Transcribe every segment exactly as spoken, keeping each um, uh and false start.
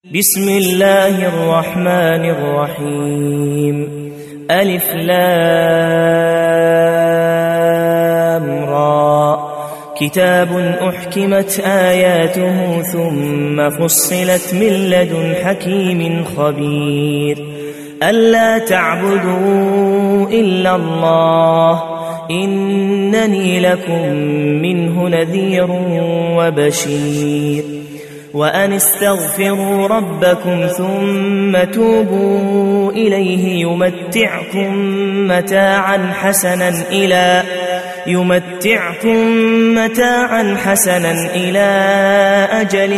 بسم الله الرحمن الرحيم ألف لام را كتاب أحكمت آياته ثم فصلت من لدن حكيم خبير ألا تعبدوا إلا الله إنني لكم منه نذير وبشير وأن استغفروا ربكم ثم توبوا إليه يمتعكم متاعا حسنا إلى يمتعكم متاعا حسنا إلى أجل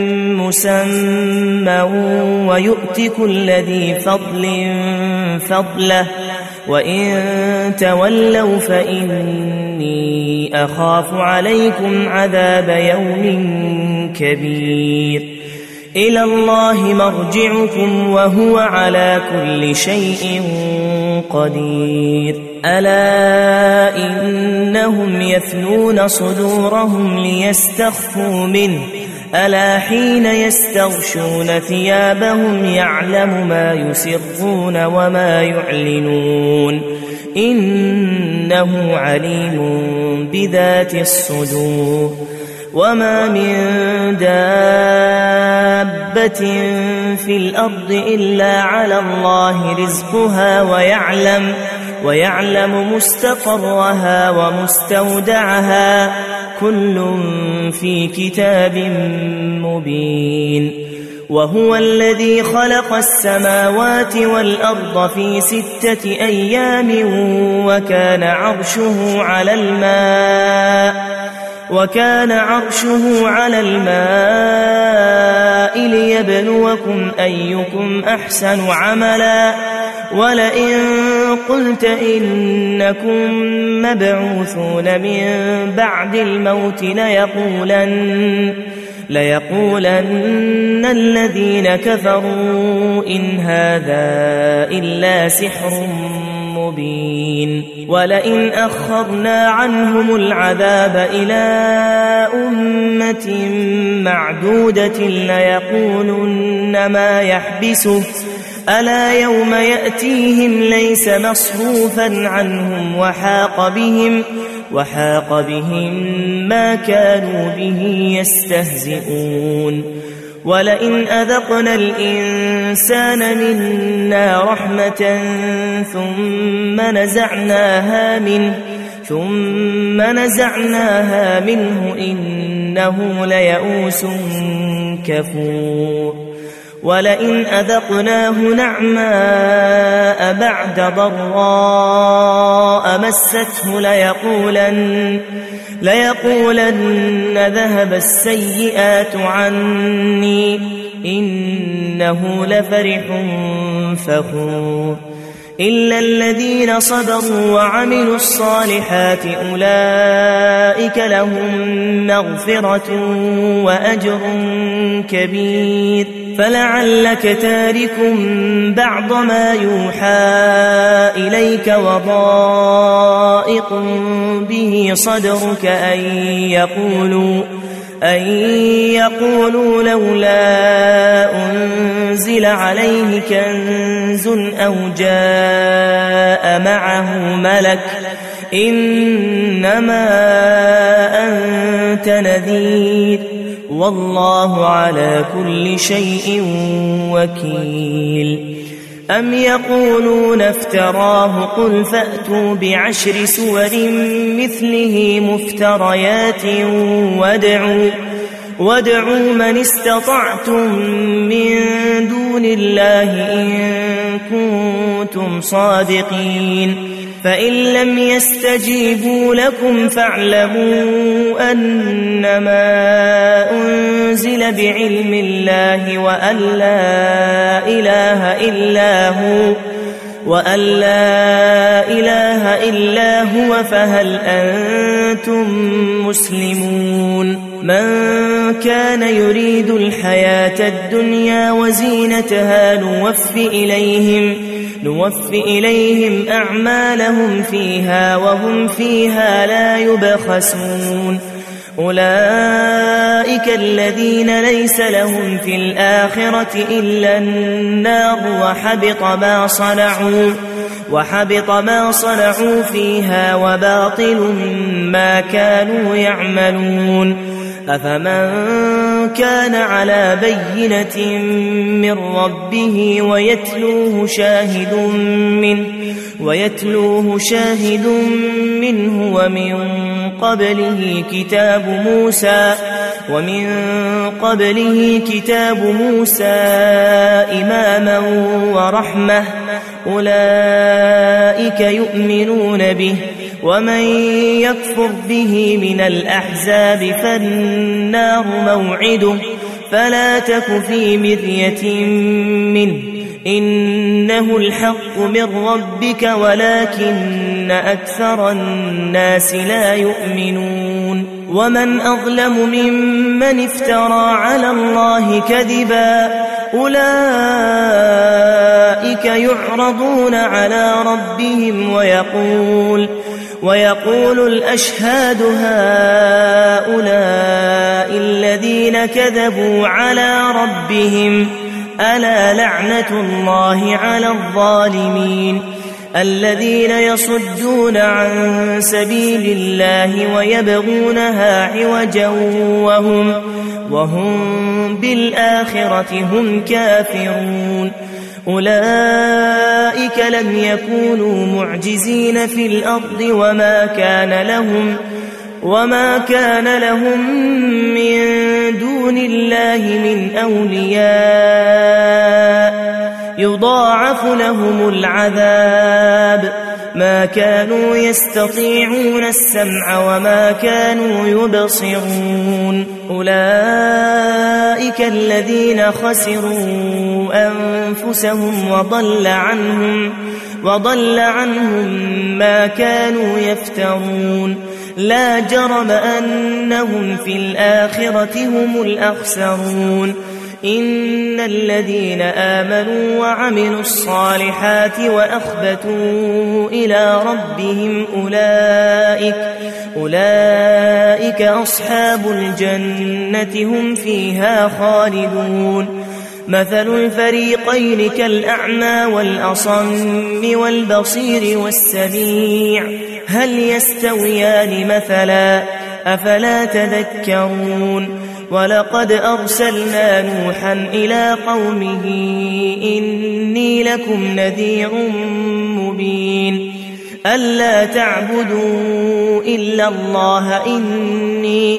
مسمى ويؤت كل ذي فضل فضله وإن تولوا فإني أخاف عليكم عذاب يوم كبير إلى الله مرجعكم وهو على كل شيء قدير ألا إنهم يثنون صدورهم ليستخفوا منه ألا حين يستغشون ثيابهم يعلم ما يسرون وما يعلنون إنه عليم بذات الصدور وما من دابة في الأرض إلا على الله رزقها ويعلم ويعلم مستقرها ومستودعها كل في كتاب مبين وهو الذي خلق السماوات والأرض في ستة أيام وكان عرشه على الماء وكان عرشه على الماء ليبلوكم أيكم أحسن عملا ولئن قلت إنكم مبعوثون من بعد الموت ليقولن ليقولن الذين كفروا إن هذا إلا سحر مبين ولئن أخرنا عنهم العذاب إلى أمة معدودة ليقولن ما يحبسه ألا يوم يأتيهم ليس مصروفا عنهم وحاق بهم وحاق بهم ما كانوا به يستهزئون ولئن أذقنا الإنسان منا رحمة ثم نزعناها منه ثم نزعناها منه إنه ليئوس كفور ولئن أذقناه نعماء بعد ضراء مسته ليقولن ليقولن ذهب السيئات عني إنه لفرح فخور إلا الذين صبروا وعملوا الصالحات أولئك لهم مغفرة وأجر كبير فلعلك تارك بعض ما يوحى إليك وضائق به صدرك أن يقولوا أن يقولوا لولا أنزل عليه كنز أو جاء معه ملك إنما أنت نذير والله على كل شيء وكيل أم يقولون افتراه قل فأتوا بعشر سور مثله مفتريات وادعوا وادعوا من استطعتم من دون الله إن كنتم صادقين فإن لم يستجيبوا لكم فاعلموا أنما أنزل بعلم الله وأن لا إله إلا هو وأن لا إله إلا هو فهل أنتم مسلمون من كان يريد الحياة الدنيا وزينتها نوف إليهم نوف إليهم أعمالهم فيها وهم فيها لا يبخسون أولئك الذين ليس لهم في الآخرة إلا النار وحبط ما صنعوا وحبط ما صنعوا فيها وباطل ما كانوا يعملون أفمن كان على بينة من ربه ويتلوه شاهد منه ويتلوه شاهد منه ومن قبله كتاب موسى ومن قبله كتاب موسى إماما ورحمة أولئك يؤمنون به ومن يكفر به من الأحزاب فالنار موعده فلا تك في مرية منه إنه الحق من ربك ولكن أكثر الناس لا يؤمنون ومن أظلم ممن افترى على الله كذبا أولئك يعرضون على ربهم ويقول ويقول الأشهاد هؤلاء الذين كذبوا على ربهم ألا لعنة الله على الظالمين الذين يصدون عن سبيل الله ويبغونها عوجا وهم, وهم بالآخرة هم كافرون أولئك لم يكونوا معجزين في الأرض وما كان لهم وما كان لهم من دون الله من أولياء يضاعف لهم العذاب ما كانوا يستطيعون السمع وما كانوا يبصرون أولئك الذين خسروا أنفسهم وضل عنهم وضل عنهم ما كانوا يفترون لا جرم أنهم في الآخرة هم الأخسرون إن الذين آمنوا وعملوا الصالحات وأخبتوا إلى ربهم أولئك, أولئك أصحاب الجنة هم فيها خالدون مثل الفريقين كالأعمى والأصم والبصير والسميع هل يستويان مثلا أفلا تذكرون ولقد أرسلنا نوحا إلى قومه إني لكم نذير مبين ألا تعبدوا إلا الله إني,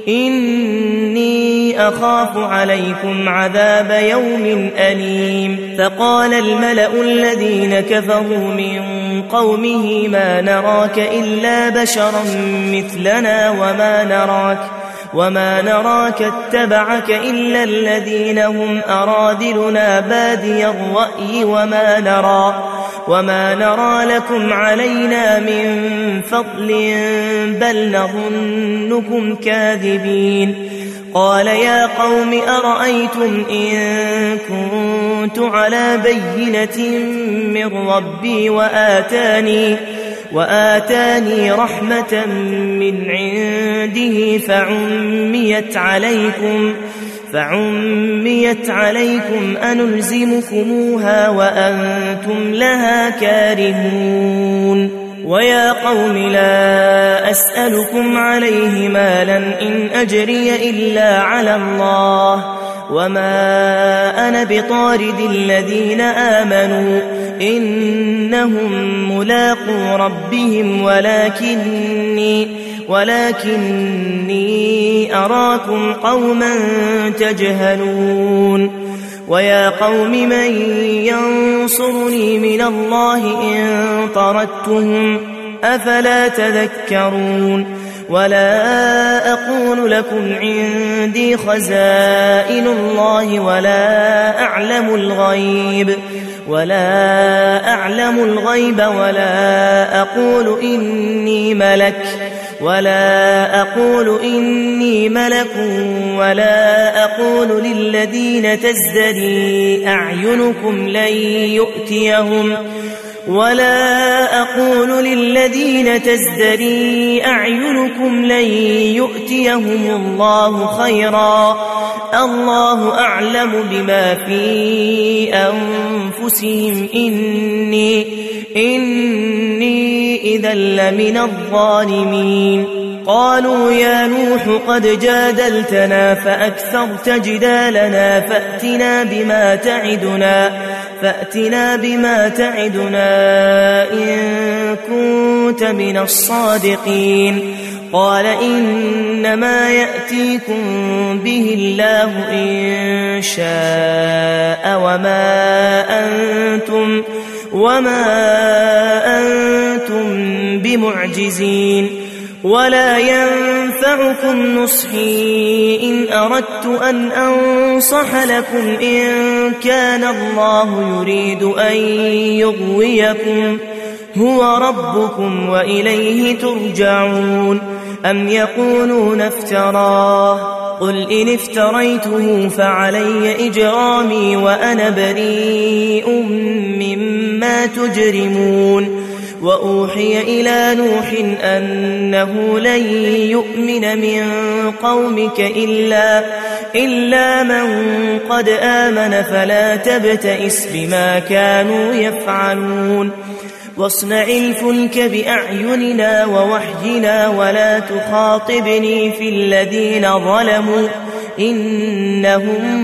إني أخاف عليكم عذاب يوم أليم فقال الملأ الذين كفروا من قومه ما نراك إلا بشرا مثلنا وما نراك وما نراك اتبعك إلا الذين هم أرادلنا بادي الرأي وما نرى وما نرى لكم علينا من فضل بل نظنكم كاذبين قال يا قوم أرأيتم إن كنت على بينة من ربي وآتاني وآتاني رحمة من عنده فعميت عليكم فعميت عليكم أنلزمكموها وأنتم لها كارهون ويا قوم لا أسألكم عليه مالا إن أجري إلا على الله وما أنا بطارد الذين آمنوا إنهم ملاقو ربهم ولكني ولكني أراكم قوما تجهلون ويا قوم من ينصرني من الله إن طردتهم أفلا تذكرون ولا أقول لكم عندي خزائن الله ولا أعلم الغيب ولا أعلم الغيب ولا أقول إني ملك ولا أقول إني ملك ولا أقول للذين تزدري أعينكم لن يؤتيهم ولا أقول للذين تزدري أعينكم لن يؤتيهم الله خيرا، الله أعلم بما في أنفسهم، إني, إني إذا لمن الظالمين. قالوا يا نوح قد جادلتنا فأكثرت جدالنا فأتنا بما تعدنا فأتنا بما تعدنا إن كنت من الصادقين. قال إنما يأتيكم به الله إن شاء وما أنتم, وما أنتم بمعجزين، ولا ينفعكم نصحي إن أردت أن أنصح لكم إن كان الله يريد أن يغويكم، هو ربكم وإليه ترجعون. أم يقولون افتراه، قل إن افتريته فعلي إجرامي وأنا بريء مما تجرمون. وأوحي إلى نوح أنه لن يؤمن من قومك إلا, إلا من قد آمن فلا تبتئس بما كانوا يفعلون. واصنع الفلك بأعيننا ووحينا ولا تخاطبني في الذين ظلموا إنهم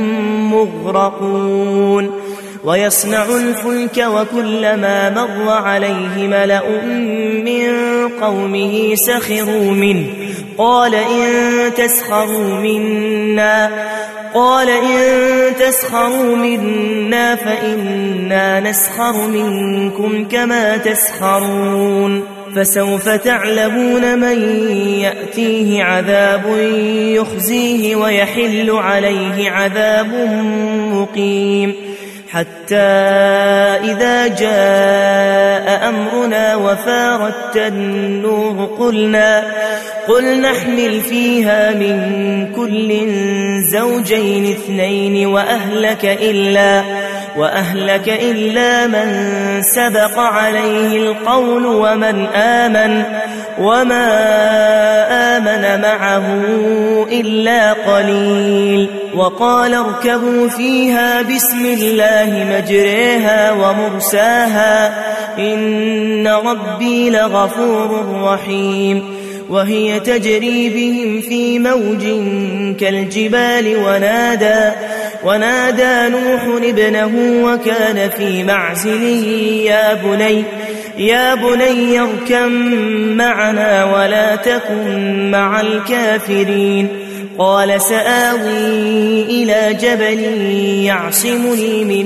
مغرقون. ويصنع الفلك وكلما مر عليه ملأ من قومه سخروا منه قال إن تسخروا منا قال إن تسخروا منا فإنا نسخر منكم كما تسخرون. فسوف تعلمون من يأتيه عذاب يخزيه ويحل عليه عذاب مقيم. حتى إذا جاء أمرنا وفارت النور قلنا قل نحمل فيها من كل زوجين اثنين وأهلك إلا, وأهلك إلا من سبق عليه القول ومن آمن وما آمن معه إلا قليل. وقال اركبوا فيها بسم الله مجريها ومرساها إن ربي لغفور رحيم. وهي تجري بهم في موج كالجبال ونادى, ونادى نوح ابنه وكان في معزل يا بني, يا بني اركب معنا ولا تكن مع الكافرين. قال سآوي إلى جبل يعصمني من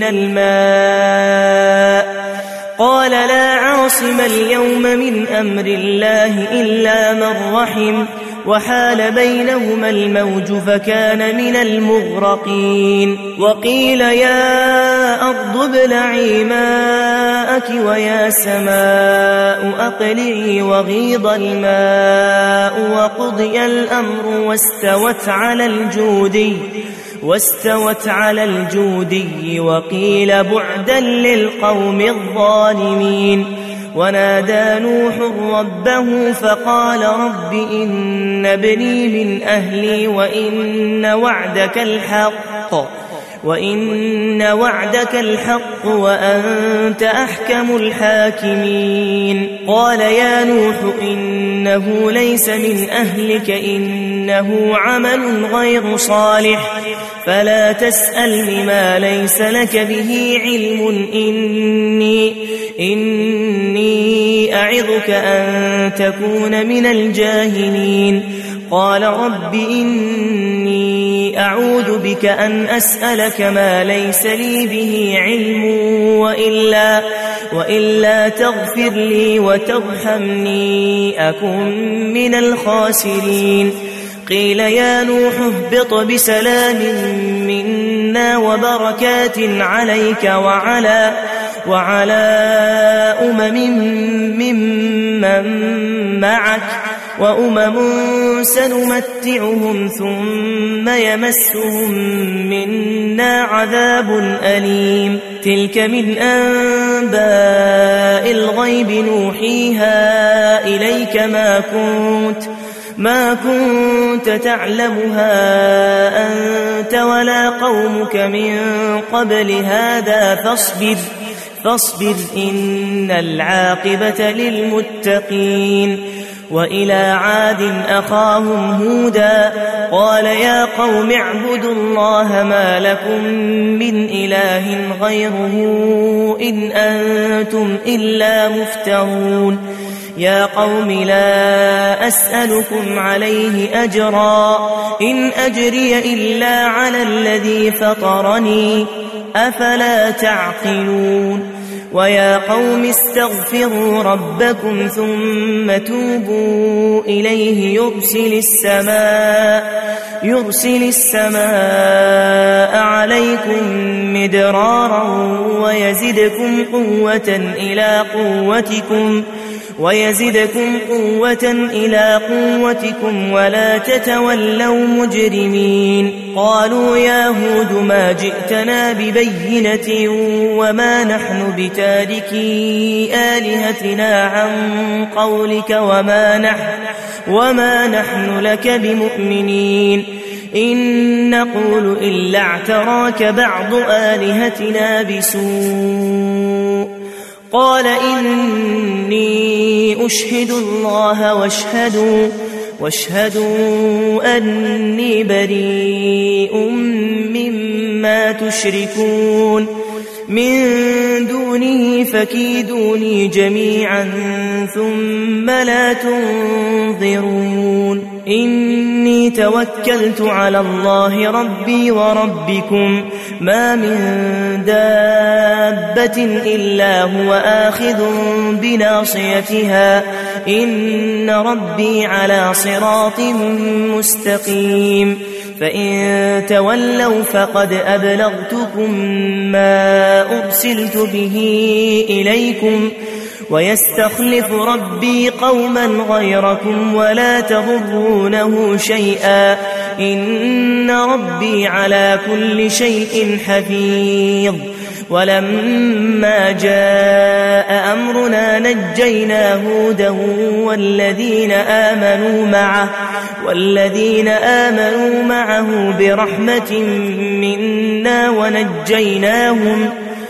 الماء قال لا عاصم اليوم من أمر الله إلا من رحم وحال بينهما الموج فكان من المغرقين. وقيل يا أرض ابلعي ماءك ويا سماء أقلعي وغيض الماء وقضي الأمر واستوت على الجودي واستوت على الجودي وقيل بعدا للقوم الظالمين. ونادى نوح ربه فقال رب إن ابني من أهلي وإن وعدك الحق وإن وعدك الحق وأنت أحكم الحاكمين. قال يا نوح إنه ليس من أهلك إنه عمل غير صالح فلا تسأل ما ليس لك به علم إني, إني أعظك أن تكون من الجاهلين. قال رب إني أعوذ بك أن أسألك ما ليس لي به علم وإلا, وإلا تغفر لي وترحمني أكن من الخاسرين. قيل يا نوح اهبط بسلام منا وبركات عليك وعلى, وعلى أمم ممن معك وأمم سنمتعهم ثم يمسهم منا عذاب أليم تلك من أنباء الغيب نوحيها إليك ما كنت ما كنت تعلمها أنت ولا قومك من قبل هذا فاصبر فاصبر إن العاقبة للمتقين وإلى عاد أخاهم هودا قال يا قوم اعبدوا الله ما لكم من إله غيره إن أنتم إلا مفترون يا قوم لا أسألكم عليه أجرا إن أجري إلا على الذي فطرني أفلا تعقلون ويا قوم استغفروا ربكم ثم توبوا إليه يرسل السماء يرسل السماء عليكم مدرارا ويزدكم قوة إلى قوتكم ويزدكم قوة إلى قوتكم ولا تتولوا مجرمين قالوا يا هود ما جئتنا ببينة وما نحن بتاركي آلهتنا عن قولك وما نحن, وما نحن لك بمؤمنين إن نقول إلا اعتراك بعض آلهتنا بسوء قال إني أشهد الله واشهدوا, واشهدوا أني بريء مما تشركون من دونه فكيدوني جميعا ثم لا تنظرون إني توكلت على الله ربي وربكم ما من دابة إلا هو آخذ بناصيتها إن ربي على صراط مستقيم فإن تولوا فقد أبلغتكم ما أرسلت به إليكم ويستخلف ربي قوما غيركم ولا تضرونه شيئا إن ربي على كل شيء حفيظ ولما جاء أمرنا نجينا هودا والذين آمنوا معه والذين آمنوا معه برحمة منا ونجيناهم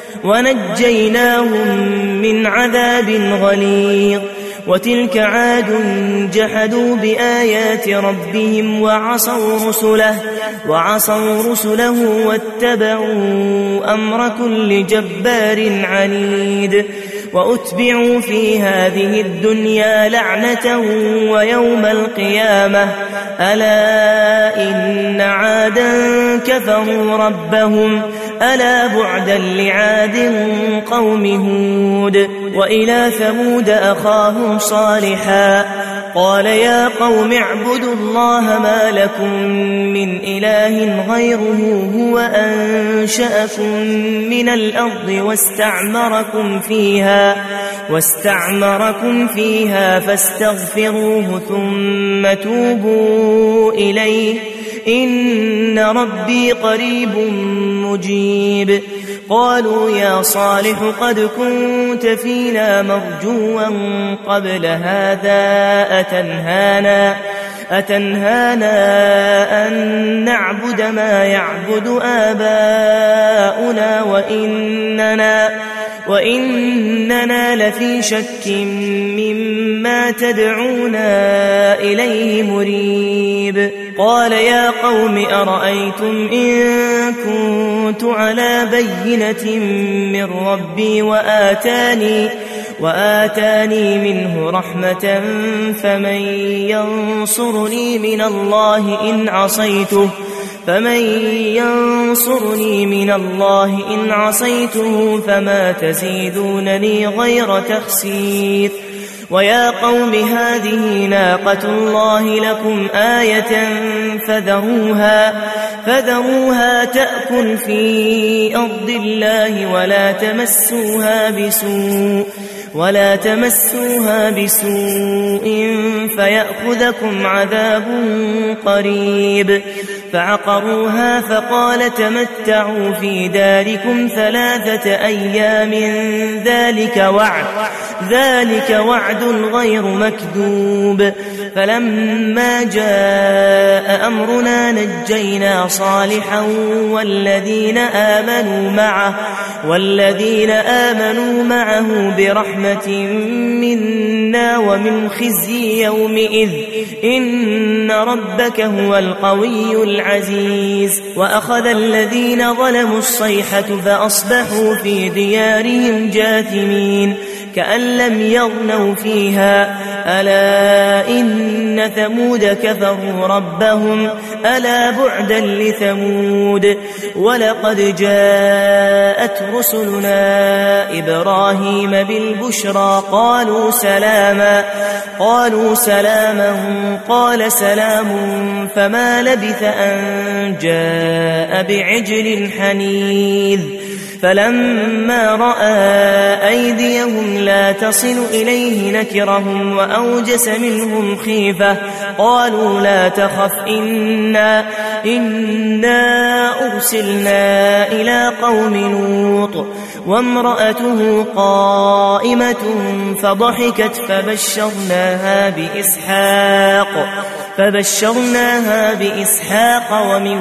ونجيناهم من عذاب غليظ وتلك عاد جحدوا بآيات ربهم وعصوا رسله وعصوا رسله واتبعوا أمر كل جبار عنيد وأتبعوا في هذه الدنيا لعنة ويوم القيامة ألا إن عادا كفروا ربهم ألا بعدا لعاد قوم هود وإلى ثمود أخاهم صالحا قال يا قوم اعبدوا الله ما لكم من إله غيره هو أنشأكم من الأرض واستعمركم فيها واستعمركم فيها فاستغفروه ثم توبوا إليه إن ربي قريب مجيب قالوا يا صالح قد كنت فينا مرجوا قبل هذا أتنهانا أتنهانا أن نعبد ما يعبد آباؤنا وإننا وإننا لفي شك مما تدعونا إليه مريب قال يا قوم أرأيتم إن كنت على بينة من ربي وآتاني وآتاني منه رحمة فمن ينصرني من الله إن عصيته فمن ينصرني من الله إن عصيته فما تزيدونني غير تخسير ويا قوم هذه ناقة الله لكم آية فذروها فذروها تأكل في أرض الله ولا تمسوها بسوء ولا تمسوها بسوء فيأخذكم عذاب قريب فعقروها فقال تمتعوا في داركم ثلاثة أيام ذلك وعد ذلك وعد غير مكذوب فلما جاء أمرنا نجينا صالحا والذين آمنوا معه والذين آمنوا معه برحمة منا ومن خزي يومئذ إن ربك هو القوي العزيز وأخذ الذين ظلموا الصيحة فأصبحوا في ديارهم جاثمين كأن لم يغنوا فيها ألا إن ثمود كفروا ربهم ألا بعدا لثمود ولقد جاءت رسلنا إبراهيم بالبشرى قالوا سلاما قالوا سلاما قال سلام فما لبث أن جاء بعجل حنيذ فلما رأى أيديهم لا تصل إليه نكرهم وأوجس منهم خيفة قالوا لا تخف إنا, إنا أرسلنا إلى قوم لوط وامرأته قائمة فضحكت فبشرناها بإسحاق فبشرناها بإسحاق ومن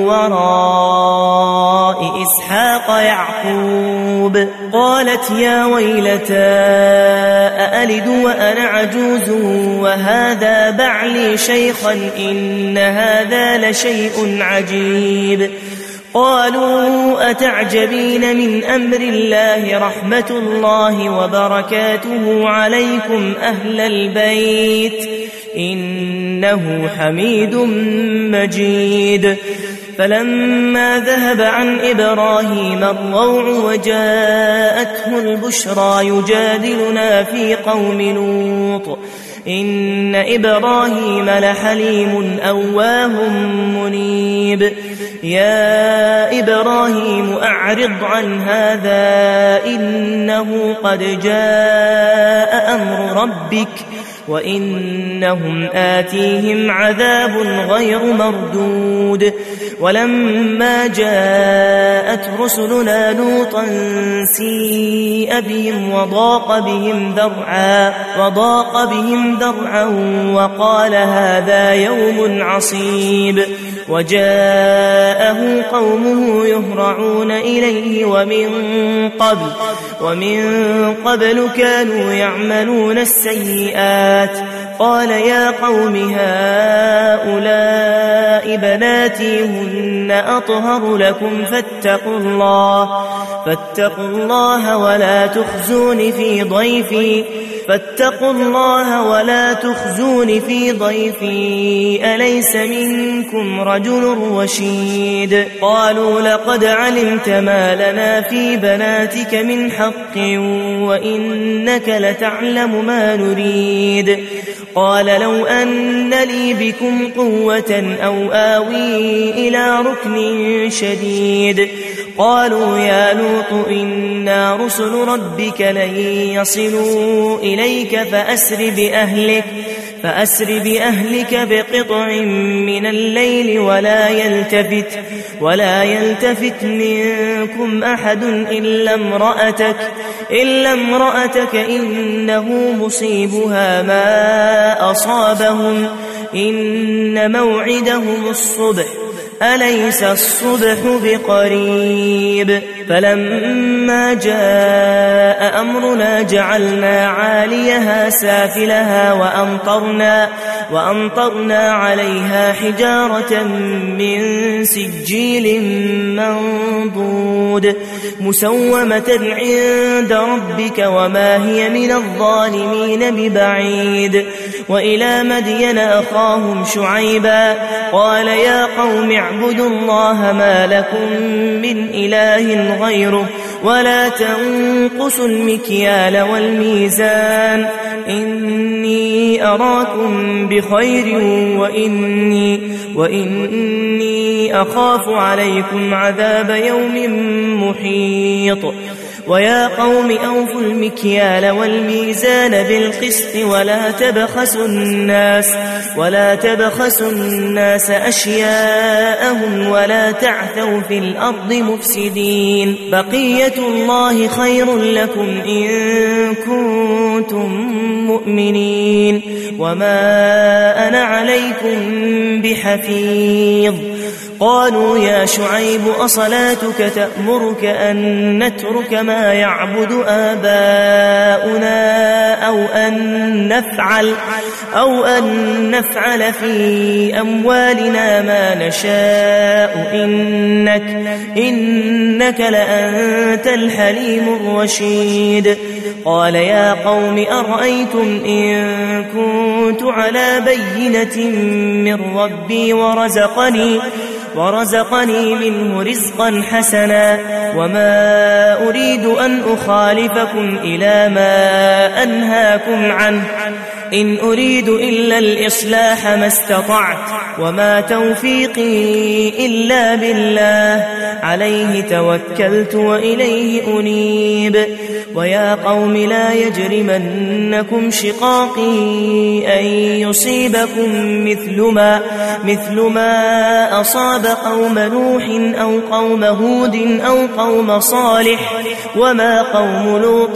وراء إسحاق يعقوب قالت يا ويلتى أألد وأنا عجوز وهذا بعلي شيخا إن هذا لشيء عجيب قالوا أتعجبين من أمر الله رحمة الله وبركاته عليكم أهل البيت إنه حميد مجيد فلما ذهب عن إبراهيم الروع وجاءته البشرى يجادلنا في قوم لوط إن إبراهيم لحليم أواه منيب يا إبراهيم أعرض عن هذا إنه قد جاء أمر ربك وإنهم آتيهم عذاب غير مردود ولما جاءت رسلنا لوطا سيء بهم وضاق بهم ذرعا وضاق بهم ذرعا وقال هذا يوم عصيب وجاءه قومه يهرعون إليه ومن قبل ومن قبل كانوا يعملون السيئات قال يا قوم هؤلاء بناتي هن أطهر لكم فاتقوا الله فاتقوا الله ولا تخزون في ضيفي فاتقوا الله ولا تخزون في ضيفي أليس منكم رجل رشيد قالوا لقد علمت ما لنا في بناتك من حق وإنك لتعلم ما نريد قال لو أن لي بكم قوة أو آوي إلى ركن شديد قالوا يا لوط إنا رسل ربك لن يصلوا إليك فأسر بأهلك فأسر بأهلك بقطع من الليل ولا يلتفت ولا يلتفت منكم أحد إلا امرأتك إلا امرأتك إنه مصيبها ما أصابهم إن موعدهم الصبح أليس الصبح بقريب فلما جاء أمرنا جعلنا عاليها سافلها وأمطرنا, وأمطرنا عليها حجارة من سجيل منضود مسومة عند ربك وما هي من الظالمين ببعيد وإلى مدين أخاهم شعيبا قال يا قوم اعبدوا الله ما لكم من إله غيره ولا تنقصوا المكيال والميزان إني أراكم بخير وإني, وإني أخاف عليكم عذاب يوم محيط ويا قوم أوفوا المكيال والميزان بالقسط ولا تبخسوا الناس ولا تبخسوا الناس أشياءهم ولا تعثوا في الأرض مفسدين بقية الله خير لكم إن كنتم مؤمنين وما أنا عليكم بحفيظ قالوا يا شعيب أصلاتك تأمرك أن نترك ما يعبد آباؤنا أو أن نفعل أو أن نفعل في أموالنا ما نشاء إنك إنك لأنت الحليم الرشيد قال يا قوم أرأيتم إن كنت على بينة من ربي ورزقني ورزقني منه رزقا حسنا وما أريد أن أخالفكم إلى ما أنهاكم عنه إن أريد إلا الإصلاح ما استطعت وما توفيقي إلا بالله عليه توكلت وإليه أنيب ويا قوم لا يجرمنكم شقاقي أن يصيبكم مثل ما, مثل ما أصاب قوم نوح أو قوم هود أو قوم صالح وما قوم لوط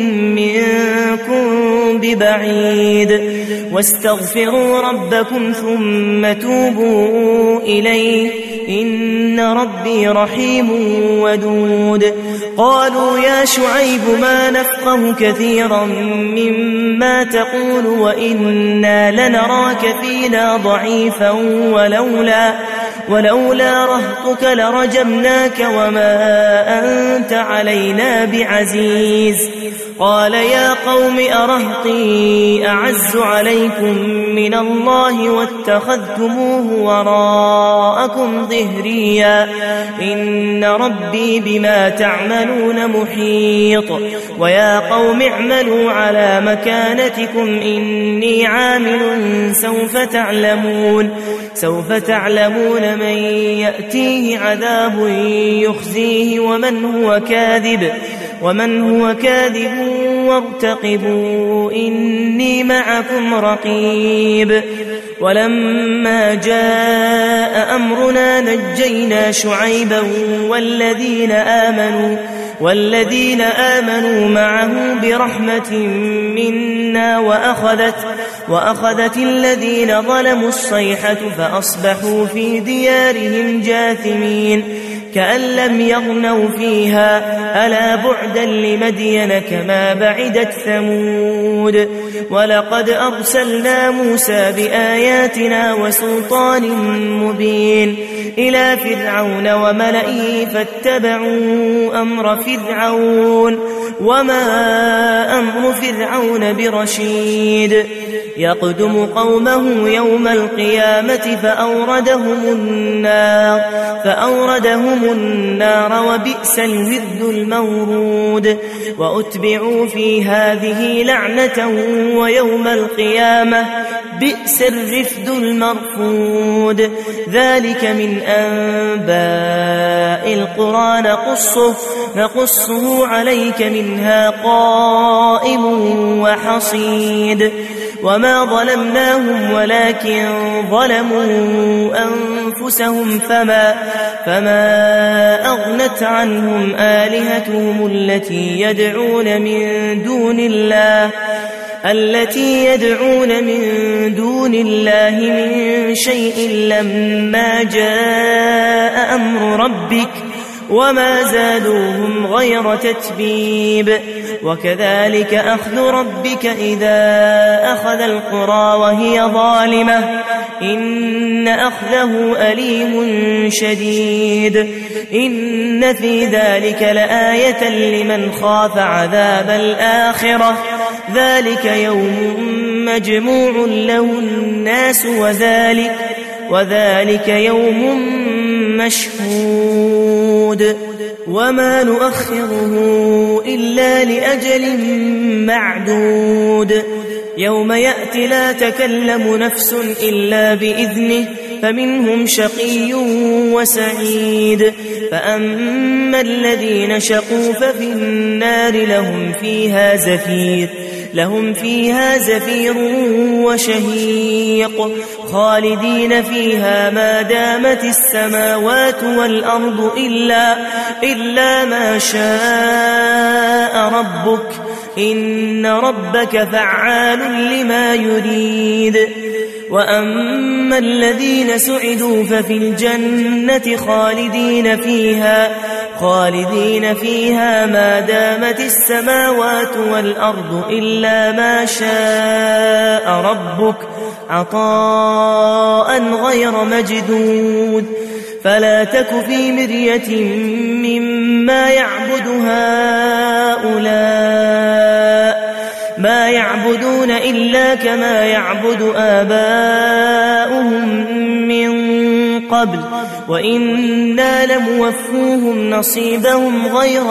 منكم ببعيد واستغفروا ربكم ثم توبوا إليه إن ربي رحيم ودود قالوا يا شعيب ما نفقه كثيرا مما تقول وإنا لنراك فينا ضعيفا ولولا ولولا رهطك لرجمناك وما أنت علينا بعزيز قال يا قوم أرهطي أعز عليكم من الله واتخذتموه وراءكم ظهريا إن ربي بما تعملون محيط ويا قوم اعملوا على مكانتكم إني عامل سوف تعلمون سوف تعلمون من يأتيه عذاب يخزيه ومن هو كاذب ومن هو كاذب وارتقبوا إني معكم رقيب ولما جاء أمرنا نجينا شعيبا والذين آمنوا والذين آمنوا معه برحمة منا وأخذت وأخذت الذين ظلموا الصيحة فأصبحوا في ديارهم جاثمين كأن لم يغنوا فيها ألا بعدا لمدين كما بعدت ثمود ولقد أرسلنا موسى بآياتنا وسلطان مبين إلى فرعون وملئه فاتبعوا أمر فرعون وما أمر فرعون برشيد يقدم قومه يوم القيامة فأوردهم النار فأوردهم النار وبئس الورد المورود وأتبعوا في هذه لعنة ويوم القيامة بئس الرفد المرفود ذلك من أنباء القرى نقصه, نقصه عليك منها قائم وحصيد وما ظلمناهم ولكن ظلموا أنفسهم فما, فما أغنت عنهم آلهتهم التي يدعون من دون الله التي يدعون من دون الله من شيء لما جاء أمر ربك وما زادوهم غير تتبيب وكذلك أخذ ربك إذا أخذ القرى وهي ظالمة إن أخذه أليم شديد إن في ذلك لآية لمن خاف عذاب الآخرة ذلك يوم مجموع له الناس وذلك, وذلك يوم مشهود وما نؤخره إلا لأجل معدود يوم يأتي لا تكلم نفس إلا بإذنه فمنهم شقي وسعيد فأما الذين شقوا ففي النار لهم فيها زفير لهم فيها زفير وشهيق خالدين فيها ما دامت السماوات والأرض إلا, إلا ما شاء ربك إن ربك فعال لما يريد وأما الذين سعدوا ففي الجنة خالدين فيها خالدين فيها ما دامت السماوات والأرض إلا ما شاء ربك عطاء غير مجدود فلا تك في مرية مما يعبد هؤلاء ما يعبدون إلا كما يعبد آباؤهم من قبل وإنا لموفوهم نصيبهم غير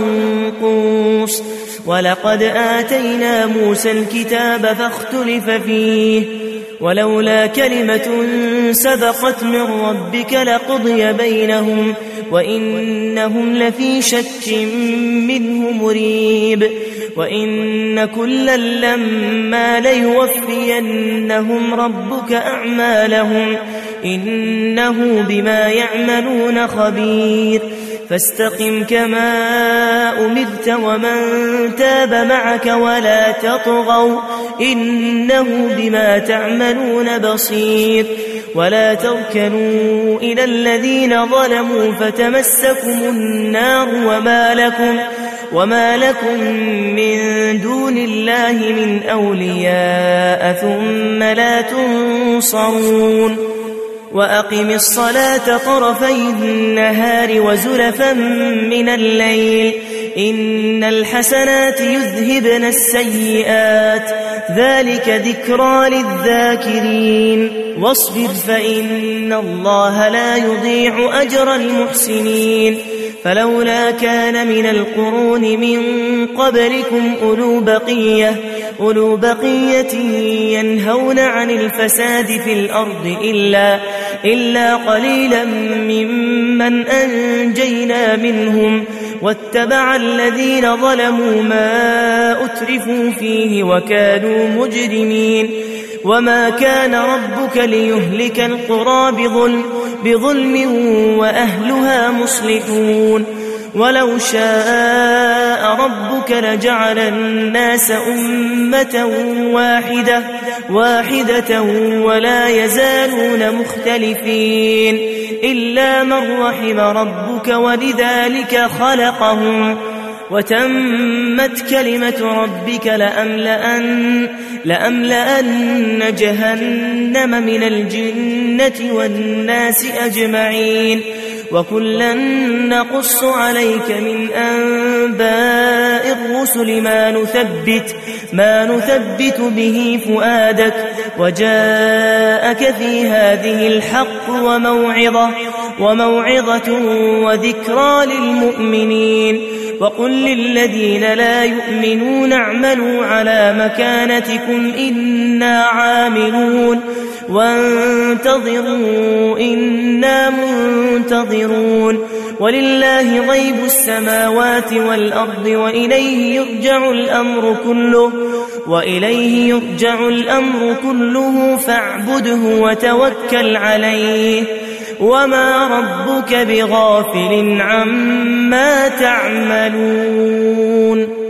منقوص ولقد آتينا موسى الكتاب فاختلف فيه ولولا كلمة سبقت من ربك لقضي بينهم وإنهم لفي شك منه مريب وإن كلا لما ليوفينهم ربك أعمالهم إنه بما يعملون خبير فاستقم كما أمرت ومن تاب معك ولا تطغوا إنه بما تعملون بصير ولا تركنوا إلى الذين ظلموا فتمسكم النار وما لكم وما لكم من دون الله من أولياء ثم لا تنصرون وأقم الصلاة طرفي النهار وزلفا من الليل إن الحسنات يذهبن السيئات ذلك ذكرى للذاكرين واصبر فإن الله لا يضيع أجر المحسنين فلولا كان من القرون من قبلكم أولو بقية, أولو بقية ينهون عن الفساد في الأرض إلا, إلا قليلا ممن أنجينا منهم واتبع الذين ظلموا ما أترفوا فيه وكانوا مجرمين وما كان ربك ليهلك القرى بظلم, بظلم وأهلها مصلحون ولو شاء ربك لجعل الناس أمة واحدة, واحدة ولا يزالون مختلفين إلا من رحم ربك ولذلك خلقهم وتمت كلمة ربك لأملأن, لأملأن جهنم من الجنة والناس أجمعين وكلا نقص عليك من أنباء الرسل ما نثبت, ما نثبت به فؤادك وجاءك في هذه الحق وموعظة, وموعظة وذكرى للمؤمنين وقل للذين لا يؤمنون اعملوا على مكانتكم إنا عاملون وانتظروا إنا منتظرون ولله غيب السماوات والأرض وإليه يرجع الأمر كله وإليه يرجع الأمر كله فاعبده وتوكل عليه وما ربك بغافل عما تعملون.